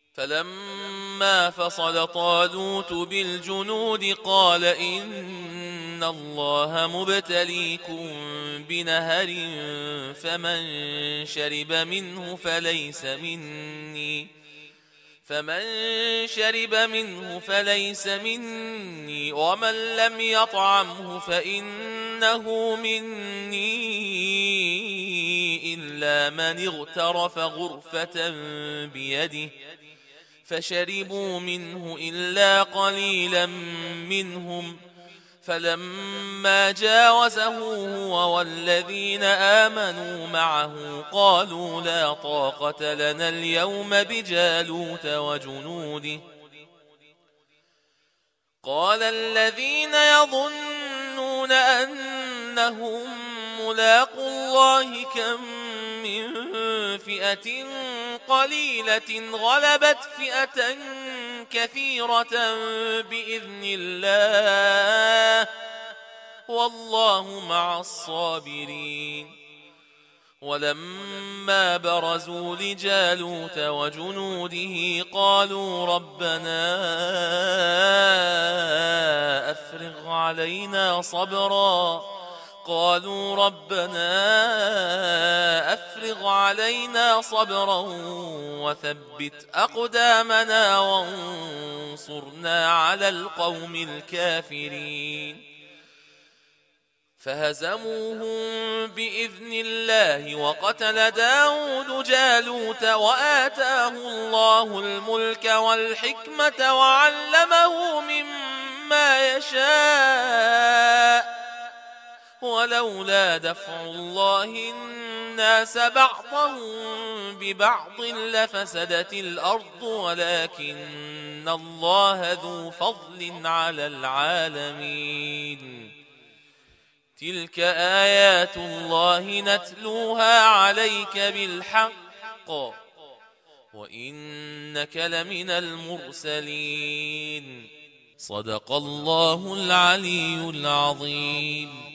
فلما فصل طالوت بالجنود قال إن الله مبتليكم بنهر فمن شرب منه فليس مني ومن لم يطعمه فإنه مني إلا من اغترف غرفة بيده فشربوا منه إلا قليلا منهم فلما جاوزه هو والذين آمنوا معه قالوا لا طاقة لنا اليوم بجالوت وجنوده قال الذين يظنون أنهم ملاقو الله كم من فئة قليلة غلبت فئة كثيرة بإذن الله والله مع الصابرين ولما برزوا لجالوت وجنوده قالوا ربنا أفرغ علينا صبرا وثبت أقدامنا وانصرنا على القوم الكافرين فهزموهم بإذن الله وقتل داود جالوت وآتاه الله الملك والحكمة وعلمه مما يشاء ولولا دفع الله الناس بعضهم ببعض لفسدت الأرض ولكن الله ذو فضل على العالمين تلك آيات الله نتلوها عليك بالحق وإنك لمن المرسلين صدق الله العلي العظيم.